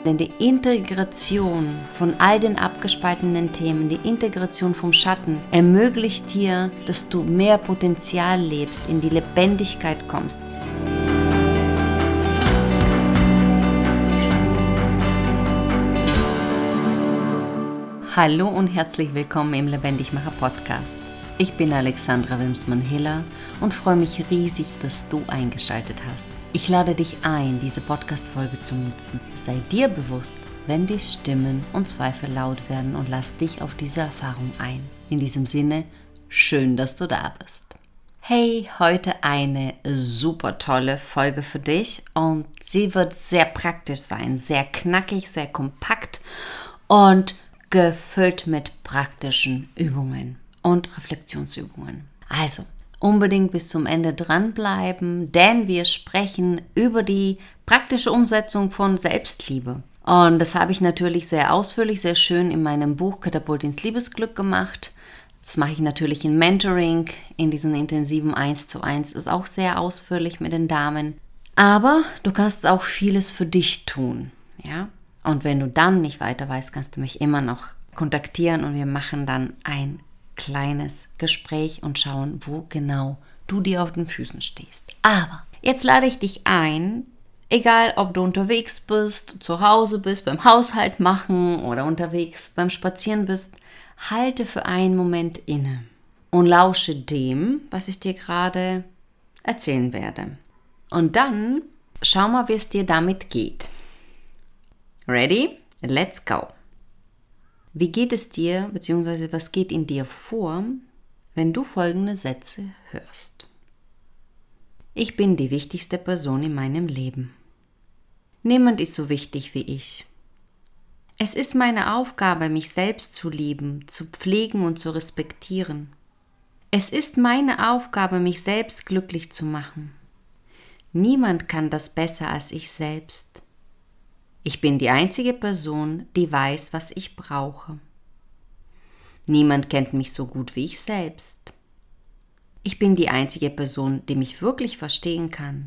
Denn die Integration von all den abgespaltenen Themen, die Integration vom Schatten, ermöglicht dir, dass du mehr Potenzial lebst, in die Lebendigkeit kommst. Hallo und herzlich willkommen im Lebendigmacher Podcast. Ich bin Alexandra Wimsmann-Hiller und freue mich riesig, dass du eingeschaltet hast. Ich lade dich ein, diese Podcast-Folge zu nutzen. Sei dir bewusst, wenn die Stimmen und Zweifel laut werden, und lass dich auf diese Erfahrung ein. In diesem Sinne, schön, dass du da bist. Hey, heute eine super tolle Folge für dich und sie wird sehr praktisch sein, sehr knackig, sehr kompakt und gefüllt mit praktischen Übungen und Reflexionsübungen. Also, unbedingt bis zum Ende dranbleiben, denn wir sprechen über die praktische Umsetzung von Selbstliebe. Und das habe ich natürlich sehr ausführlich, sehr schön in meinem Buch Katapult ins Liebesglück gemacht. Das mache ich natürlich in Mentoring, in diesen intensiven 1:1, ist auch sehr ausführlich mit den Damen. Aber du kannst auch vieles für dich tun, ja? Und wenn du dann nicht weiter weißt, kannst du mich immer noch kontaktieren und wir machen dann ein kleines Gespräch und schauen, wo genau du dir auf den Füßen stehst. Aber jetzt lade ich dich ein, egal ob du unterwegs bist, zu Hause bist, beim Haushalt machen oder unterwegs beim Spazieren bist, halte für einen Moment inne und lausche dem, was ich dir gerade erzählen werde. Und dann schau mal, wie es dir damit geht. Ready? Let's go! Wie geht es dir, beziehungsweise was geht in dir vor, wenn du folgende Sätze hörst? Ich bin die wichtigste Person in meinem Leben. Niemand ist so wichtig wie ich. Es ist meine Aufgabe, mich selbst zu lieben, zu pflegen und zu respektieren. Es ist meine Aufgabe, mich selbst glücklich zu machen. Niemand kann das besser als ich selbst. Ich bin die einzige Person, die weiß, was ich brauche. Niemand kennt mich so gut wie ich selbst. Ich bin die einzige Person, die mich wirklich verstehen kann.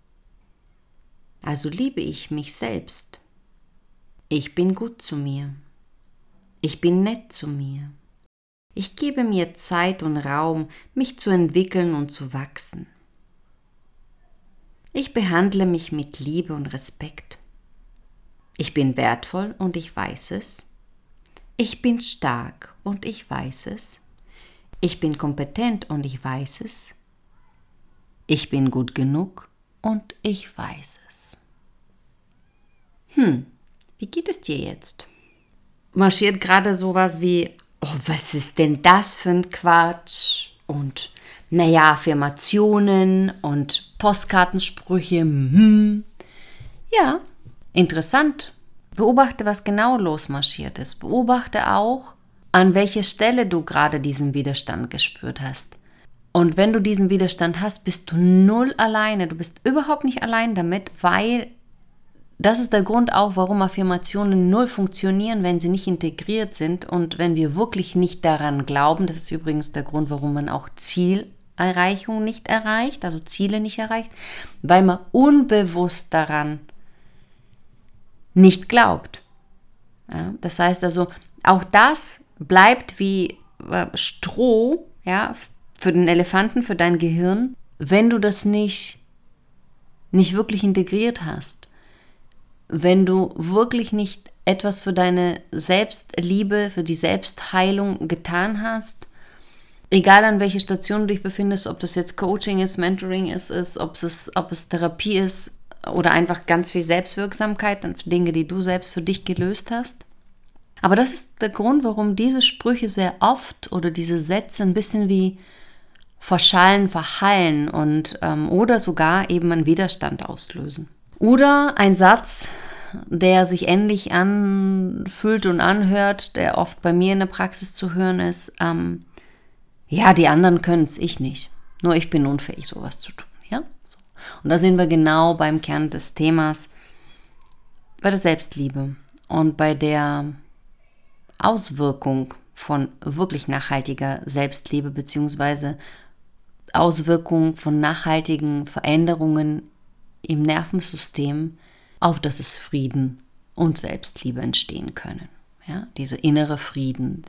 Also liebe ich mich selbst. Ich bin gut zu mir. Ich bin nett zu mir. Ich gebe mir Zeit und Raum, mich zu entwickeln und zu wachsen. Ich behandle mich mit Liebe und Respekt. Ich bin wertvoll und ich weiß es. Ich bin stark und ich weiß es. Ich bin kompetent und ich weiß es. Ich bin gut genug und ich weiß es. Wie geht es dir jetzt? Marschiert gerade sowas wie, oh, was ist denn das für ein Quatsch? Und Affirmationen und Postkartensprüche. Ja. Interessant. Beobachte, was genau losmarschiert ist. Beobachte auch, an welcher Stelle du gerade diesen Widerstand gespürt hast. Und wenn du diesen Widerstand hast, bist du null alleine. Du bist überhaupt nicht allein damit, weil das ist der Grund auch, warum Affirmationen null funktionieren, wenn sie nicht integriert sind und wenn wir wirklich nicht daran glauben. Das ist übrigens der Grund, warum man auch Zielerreichung nicht erreicht, also Ziele nicht erreicht, weil man unbewusst daran nicht glaubt. Ja, das heißt also, auch das bleibt wie Stroh, ja, für den Elefanten, für dein Gehirn, wenn du das nicht wirklich integriert hast. Wenn du wirklich nicht etwas für deine Selbstliebe, für die Selbstheilung getan hast, egal an welcher Station du dich befindest, ob das jetzt Coaching ist, Mentoring ist, ob es Therapie ist, oder einfach ganz viel Selbstwirksamkeit und Dinge, die du selbst für dich gelöst hast. Aber das ist der Grund, warum diese Sprüche sehr oft oder diese Sätze ein bisschen wie verschallen, verhallen und oder sogar eben einen Widerstand auslösen. Oder ein Satz, der sich ähnlich anfühlt und anhört, der oft bei mir in der Praxis zu hören ist, die anderen können es, ich nicht. Nur ich bin unfähig, sowas zu tun. Ja? So. Und da sind wir genau beim Kern des Themas, bei der Selbstliebe und bei der Auswirkung von wirklich nachhaltiger Selbstliebe beziehungsweise Auswirkung von nachhaltigen Veränderungen im Nervensystem, auf das es Frieden und Selbstliebe entstehen können. Ja, dieser innere Frieden,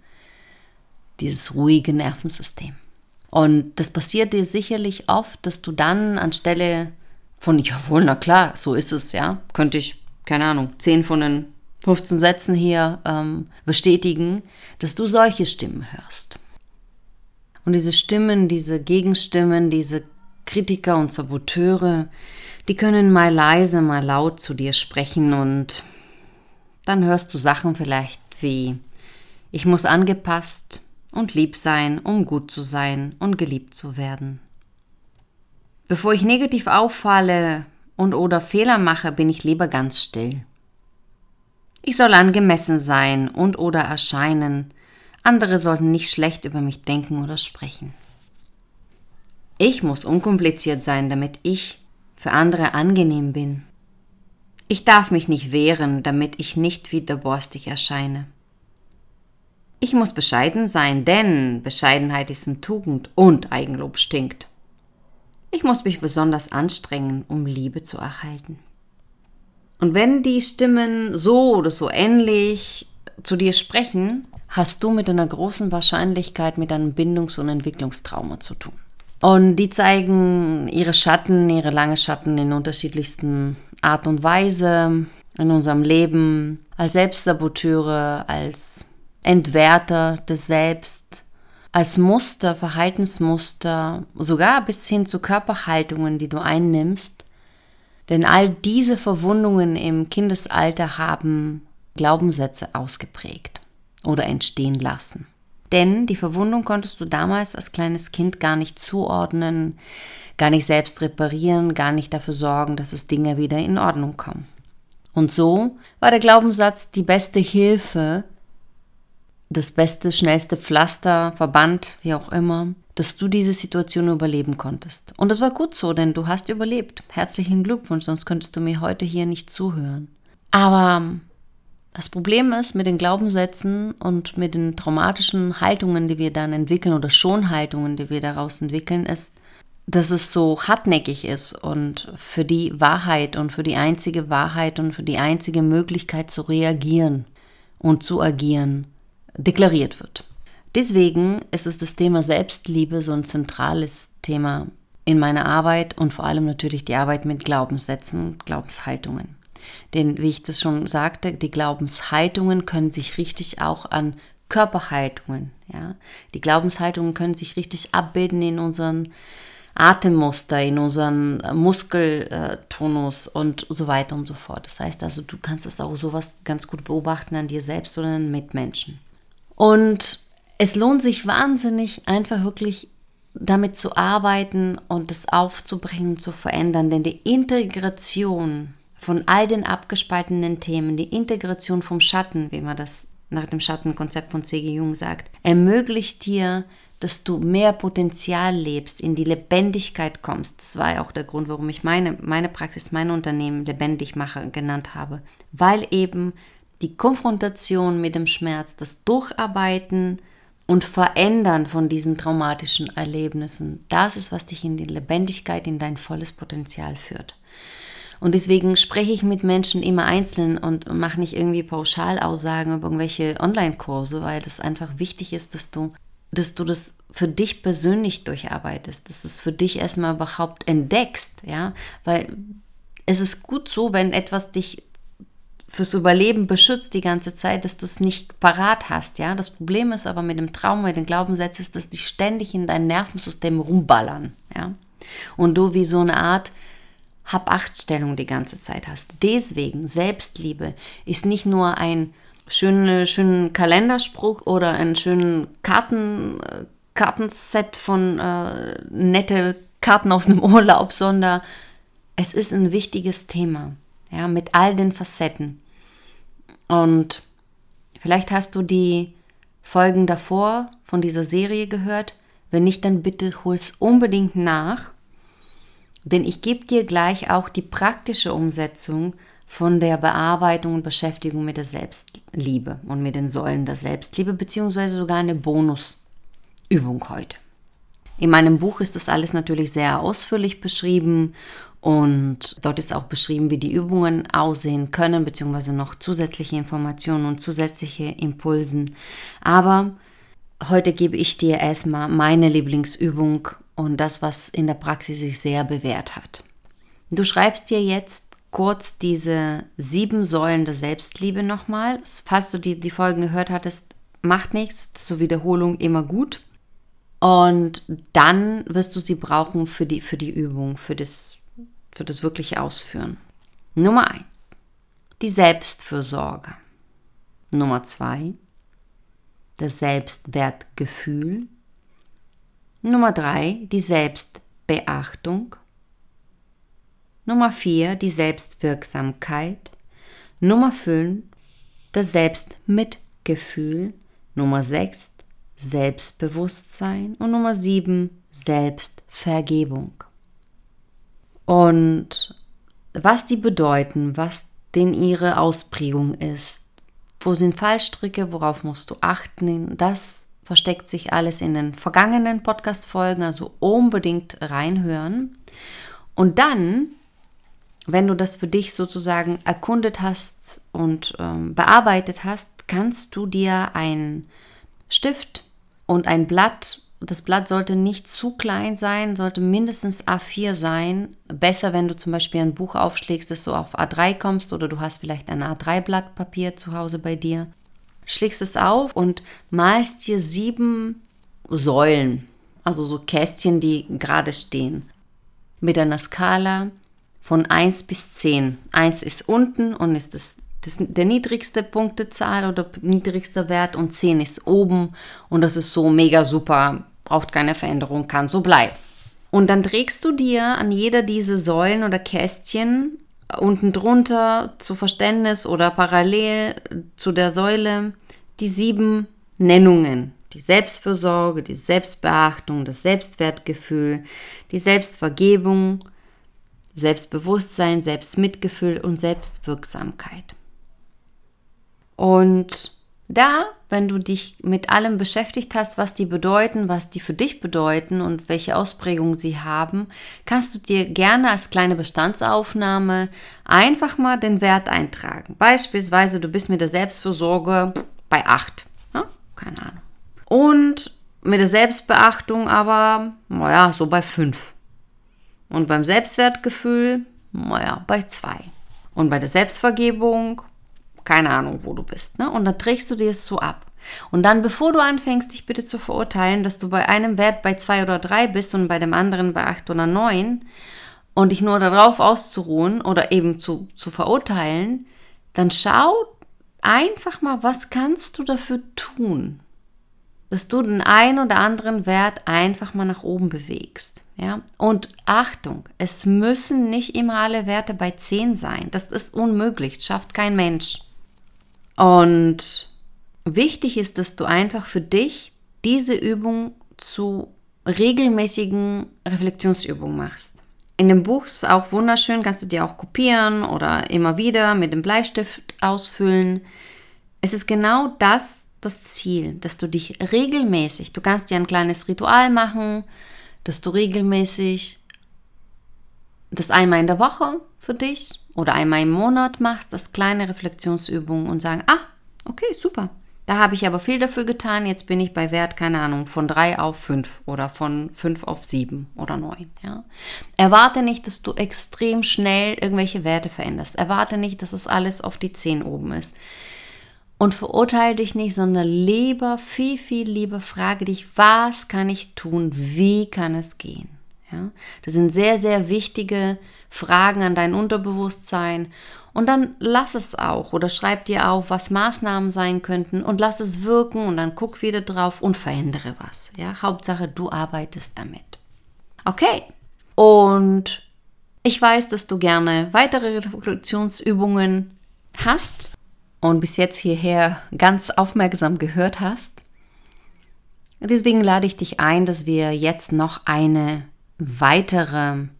dieses ruhige Nervensystem. Und das passiert dir sicherlich oft, dass du dann anstelle von, jawohl, na klar, so ist es, ja, könnte ich, keine Ahnung, 10 von den 15 Sätzen hier bestätigen, dass du solche Stimmen hörst. Und diese Stimmen, diese Gegenstimmen, diese Kritiker und Saboteure, die können mal leise, mal laut zu dir sprechen und dann hörst du Sachen vielleicht wie, ich muss angepasst und lieb sein, um gut zu sein und geliebt zu werden. Bevor ich negativ auffalle und oder Fehler mache, bin ich lieber ganz still. Ich soll angemessen sein und oder erscheinen. Andere sollten nicht schlecht über mich denken oder sprechen. Ich muss unkompliziert sein, damit ich für andere angenehm bin. Ich darf mich nicht wehren, damit ich nicht widerborstig erscheine. Ich muss bescheiden sein, denn Bescheidenheit ist eine Tugend und Eigenlob stinkt. Ich muss mich besonders anstrengen, um Liebe zu erhalten. Und wenn die Stimmen so oder so ähnlich zu dir sprechen, hast du mit einer großen Wahrscheinlichkeit mit einem Bindungs- und Entwicklungstrauma zu tun. Und die zeigen ihre Schatten, ihre langen Schatten in unterschiedlichsten Art und Weise in unserem Leben, als Selbstsaboteure, als Entwerter des Selbst, als Muster, Verhaltensmuster, sogar bis hin zu Körperhaltungen, die du einnimmst. Denn all diese Verwundungen im Kindesalter haben Glaubenssätze ausgeprägt oder entstehen lassen. Denn die Verwundung konntest du damals als kleines Kind gar nicht zuordnen, gar nicht selbst reparieren, gar nicht dafür sorgen, dass es Dinge wieder in Ordnung kommen. Und so war der Glaubenssatz die beste Hilfe, das beste, schnellste Pflaster, Verband, wie auch immer, dass du diese Situation überleben konntest. Und das war gut so, denn du hast überlebt. Herzlichen Glückwunsch, sonst könntest du mir heute hier nicht zuhören. Aber das Problem ist mit den Glaubenssätzen und mit den traumatischen Haltungen, die wir dann entwickeln oder Schonhaltungen, die wir daraus entwickeln, ist, dass es so hartnäckig ist und für die Wahrheit und für die einzige Wahrheit und für die einzige Möglichkeit zu reagieren und zu agieren deklariert wird. Deswegen ist es das Thema Selbstliebe so ein zentrales Thema in meiner Arbeit und vor allem natürlich die Arbeit mit Glaubenssätzen, Glaubenshaltungen. Denn wie ich das schon sagte, die Glaubenshaltungen können sich richtig auch an Körperhaltungen, ja. Die Glaubenshaltungen können sich richtig abbilden in unseren Atemmuster, in unseren Muskeltonus und so weiter und so fort. Das heißt also, du kannst das auch sowas ganz gut beobachten an dir selbst oder an Mitmenschen. Und es lohnt sich wahnsinnig, einfach wirklich damit zu arbeiten und es aufzubringen, zu verändern, denn die Integration von all den abgespaltenen Themen, die Integration vom Schatten, wie man das nach dem Schattenkonzept von C.G. Jung sagt, ermöglicht dir, dass du mehr Potenzial lebst, in die Lebendigkeit kommst. Das war ja auch der Grund, warum ich meine Praxis, mein Unternehmen Lebendigmacher genannt habe, weil eben die Konfrontation mit dem Schmerz, das Durcharbeiten und Verändern von diesen traumatischen Erlebnissen, das ist, was dich in die Lebendigkeit, in dein volles Potenzial führt. Und deswegen spreche ich mit Menschen immer einzeln und mache nicht irgendwie Pauschalaussagen über irgendwelche Online-Kurse, weil das einfach wichtig ist, dass du das für dich persönlich durcharbeitest, dass du es für dich erstmal überhaupt entdeckst, ja, weil es ist gut so, wenn etwas dich fürs Überleben beschützt die ganze Zeit, dass du es nicht parat hast, ja. Das Problem ist aber mit dem Trauma, mit den Glaubenssätzen, ist, dass die ständig in dein Nervensystem rumballern, ja. Und du wie so eine Art Hab-Acht-Stellung die ganze Zeit hast. Deswegen, Selbstliebe ist nicht nur ein schönen Kalenderspruch oder ein schönen Kartenset von nette Karten aus dem Urlaub, sondern es ist ein wichtiges Thema, ja, mit all den Facetten. Und vielleicht hast du die Folgen davor von dieser Serie gehört. Wenn nicht, dann bitte hol es unbedingt nach, denn ich gebe dir gleich auch die praktische Umsetzung von der Bearbeitung und Beschäftigung mit der Selbstliebe und mit den Säulen der Selbstliebe, beziehungsweise sogar eine Bonusübung heute. In meinem Buch ist das alles natürlich sehr ausführlich beschrieben Und dort ist auch beschrieben, wie die Übungen aussehen können, beziehungsweise noch zusätzliche Informationen und zusätzliche Impulsen. Aber heute gebe ich dir erstmal meine Lieblingsübung und das, was in der Praxis sich sehr bewährt hat. Du schreibst dir jetzt kurz diese 7 Säulen der Selbstliebe nochmal. Falls du die Folgen gehört hattest, macht nichts, zur Wiederholung immer gut. Und dann wirst du sie brauchen für die Übung, für das wirkliche Ausführen. Nummer 1, die Selbstfürsorge. Nummer 2, das Selbstwertgefühl. Nummer 3, die Selbstbeachtung. Nummer 4, die Selbstwirksamkeit. Nummer 5, das Selbstmitgefühl. Nummer 6, Selbstbewusstsein. Und Nummer 7, Selbstvergebung. Und was die bedeuten, was denn ihre Ausprägung ist, wo sind Fallstricke, worauf musst du achten, das versteckt sich alles in den vergangenen Podcast-Folgen, also unbedingt reinhören. Und dann, wenn du das für dich sozusagen erkundet hast und bearbeitet hast, kannst du dir einen Stift und ein Blatt, das Blatt sollte nicht zu klein sein, sollte mindestens A4 sein. Besser, wenn du zum Beispiel ein Buch aufschlägst, dass du auf A3 kommst oder du hast vielleicht ein A3-Blatt Papier zu Hause bei dir. Schlägst es auf und malst dir 7 Säulen, also so Kästchen, die gerade stehen, mit einer Skala von 1 bis 10. 1 ist unten und ist der niedrigste Punktezahl oder niedrigster Wert und 10 ist oben und das ist so mega super, braucht keine Veränderung, kann so bleiben. Und dann trägst du dir an jeder dieser Säulen oder Kästchen unten drunter zu Verständnis oder parallel zu der Säule die 7 Nennungen. Die Selbstfürsorge, die Selbstbeachtung, das Selbstwertgefühl, die Selbstvergebung, Selbstbewusstsein, Selbstmitgefühl und Selbstwirksamkeit. Und da, wenn du dich mit allem beschäftigt hast, was die bedeuten, was die für dich bedeuten und welche Ausprägungen sie haben, kannst du dir gerne als kleine Bestandsaufnahme einfach mal den Wert eintragen. Beispielsweise, du bist mit der Selbstfürsorge bei 8. Ja? Keine Ahnung. Und mit der Selbstbeachtung aber, so bei 5. Und beim Selbstwertgefühl, bei 2. Und bei der Selbstvergebung, keine Ahnung, wo du bist. Ne? Und dann trägst du dir es so ab. Und dann, bevor du anfängst, dich bitte zu verurteilen, dass du bei einem Wert bei 2 oder 3 bist und bei dem anderen bei 8 oder 9 und dich nur darauf auszuruhen oder eben zu verurteilen, dann schau einfach mal, was kannst du dafür tun, dass du den einen oder anderen Wert einfach mal nach oben bewegst. Ja? Und Achtung, es müssen nicht immer alle Werte bei 10 sein. Das ist unmöglich, das schafft kein Mensch. Und wichtig ist, dass du einfach für dich diese Übung zu regelmäßigen Reflexionsübungen machst. In dem Buch ist auch wunderschön, kannst du dir auch kopieren oder immer wieder mit dem Bleistift ausfüllen. Es ist genau das Ziel, dass du dich regelmäßig, du kannst dir ein kleines Ritual machen, dass du regelmäßig das einmal in der Woche für dich oder einmal im Monat machst, das kleine Reflexionsübungen und sagen, okay, super, da habe ich aber viel dafür getan, jetzt bin ich bei Wert, keine Ahnung, von 3 auf 5 oder von 5 auf 7 oder 9. Ja. Erwarte nicht, dass du extrem schnell irgendwelche Werte veränderst. Erwarte nicht, dass es alles auf die 10 oben ist. Und verurteile dich nicht, sondern lieber, viel, viel lieber frage dich, was kann ich tun, wie kann es gehen? Ja? Das sind sehr, sehr wichtige Fragen an dein Unterbewusstsein. Und dann lass es auch oder schreib dir auf, was Maßnahmen sein könnten und lass es wirken und dann guck wieder drauf und verändere was. Ja? Hauptsache, du arbeitest damit. Okay, und ich weiß, dass du gerne weitere Reflexionsübungen hast und bis jetzt hierher ganz aufmerksam gehört hast. Deswegen lade ich dich ein, dass wir jetzt noch eine weitere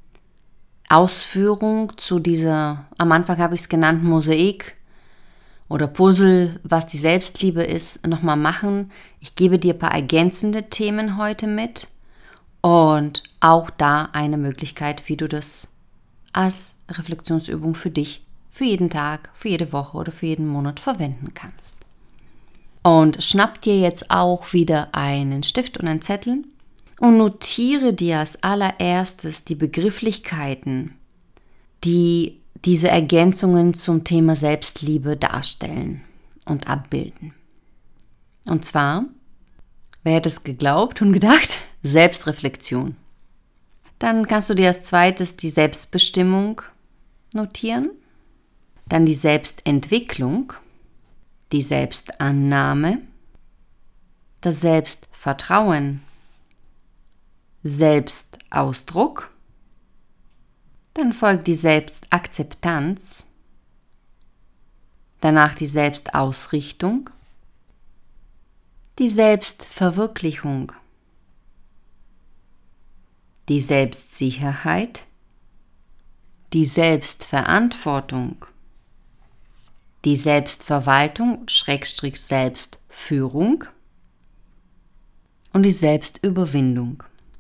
Ausführung zu dieser, am Anfang habe ich es genannt, Mosaik oder Puzzle, was die Selbstliebe ist, nochmal machen. Ich gebe dir ein paar ergänzende Themen heute mit und auch da eine Möglichkeit, wie du das als Reflexionsübung für dich, für jeden Tag, für jede Woche oder für jeden Monat verwenden kannst. Und schnapp dir jetzt auch wieder einen Stift und einen Zettel und notiere dir als allererstes die Begrifflichkeiten, die diese Ergänzungen zum Thema Selbstliebe darstellen und abbilden. Und zwar, wer hätte es geglaubt und gedacht? Selbstreflexion. Dann kannst du dir als zweites die Selbstbestimmung notieren, dann die Selbstentwicklung, die Selbstannahme, das Selbstvertrauen, Selbstausdruck, dann folgt die Selbstakzeptanz, danach die Selbstausrichtung, die Selbstverwirklichung, die Selbstsicherheit, die Selbstverantwortung, die Selbstverwaltung / Selbstführung und die Selbstüberwindung.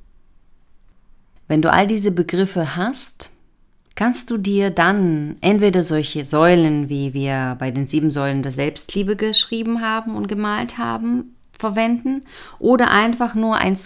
Wenn du all diese Begriffe hast, kannst du dir dann entweder solche Säulen, wie wir bei den 7 Säulen der Selbstliebe geschrieben haben und gemalt haben, verwenden oder einfach nur ein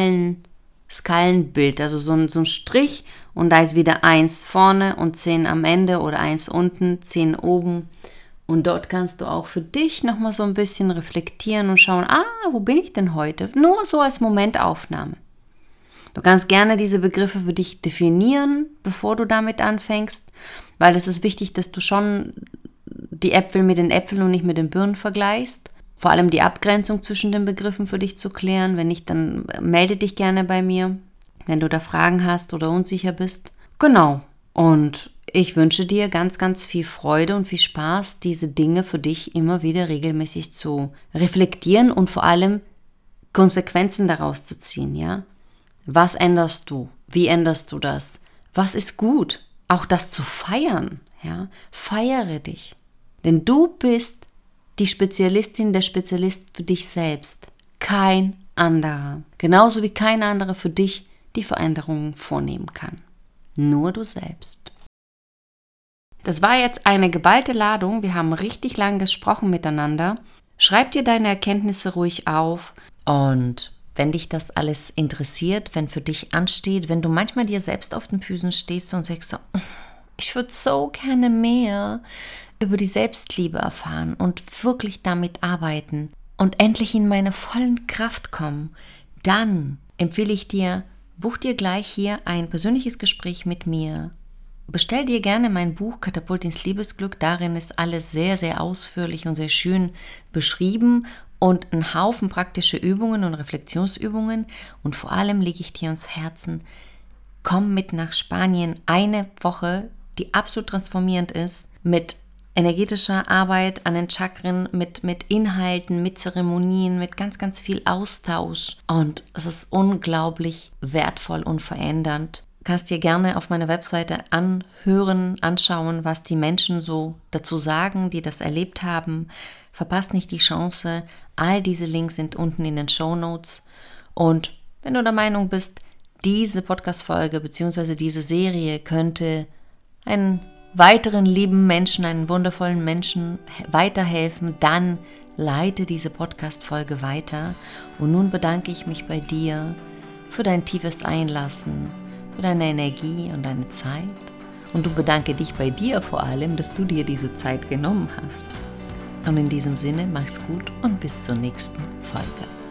Skalenbild, also so ein Strich und da ist wieder 1 vorne und 10 am Ende oder 1 unten, 10 oben. Und dort kannst du auch für dich nochmal so ein bisschen reflektieren und schauen, wo bin ich denn heute? Nur so als Momentaufnahme. Du kannst gerne diese Begriffe für dich definieren, bevor du damit anfängst, weil es ist wichtig, dass du schon die Äpfel mit den Äpfeln und nicht mit den Birnen vergleichst. Vor allem die Abgrenzung zwischen den Begriffen für dich zu klären. Wenn nicht, dann melde dich gerne bei mir, wenn du da Fragen hast oder unsicher bist. Genau. Und ich wünsche dir ganz, ganz viel Freude und viel Spaß, diese Dinge für dich immer wieder regelmäßig zu reflektieren und vor allem Konsequenzen daraus zu ziehen, ja? Was änderst du? Wie änderst du das? Was ist gut? Auch das zu feiern, ja? Feiere dich. Denn du bist die Spezialistin, der Spezialist für dich selbst. Kein anderer. Genauso wie kein anderer für dich die Veränderungen vornehmen kann. Nur du selbst. Das war jetzt eine geballte Ladung. Wir haben richtig lang gesprochen miteinander. Schreib dir deine Erkenntnisse ruhig auf. Und wenn dich das alles interessiert, wenn für dich ansteht, wenn du manchmal dir selbst auf den Füßen stehst und sagst so, ich würde so gerne mehr über die Selbstliebe erfahren und wirklich damit arbeiten und endlich in meine vollen Kraft kommen, dann empfehle ich dir, buch dir gleich hier ein persönliches Gespräch mit mir. Bestell dir gerne mein Buch Katapult ins Liebesglück. Darin ist alles sehr, sehr ausführlich und sehr schön beschrieben und ein Haufen praktische Übungen und Reflexionsübungen. Und vor allem lege ich dir ans Herzen, komm mit nach Spanien. Eine Woche, die absolut transformierend ist, mit energetischer Arbeit an den Chakren, mit Inhalten, mit Zeremonien, mit ganz, ganz viel Austausch. Und es ist unglaublich wertvoll und verändernd. Du kannst dir gerne auf meiner Webseite anhören, anschauen, was die Menschen so dazu sagen, die das erlebt haben. Verpasst nicht die Chance. All diese Links sind unten in den Shownotes. Und wenn du der Meinung bist, diese Podcast-Folge bzw. diese Serie könnte einen weiteren lieben Menschen, einen wundervollen Menschen weiterhelfen, dann leite diese Podcast-Folge weiter. Und nun bedanke ich mich bei dir für dein tiefes Einlassen, für deine Energie und deine Zeit. Und du bedanke dich bei dir vor allem, dass du dir diese Zeit genommen hast. Und in diesem Sinne, mach's gut und bis zur nächsten Folge.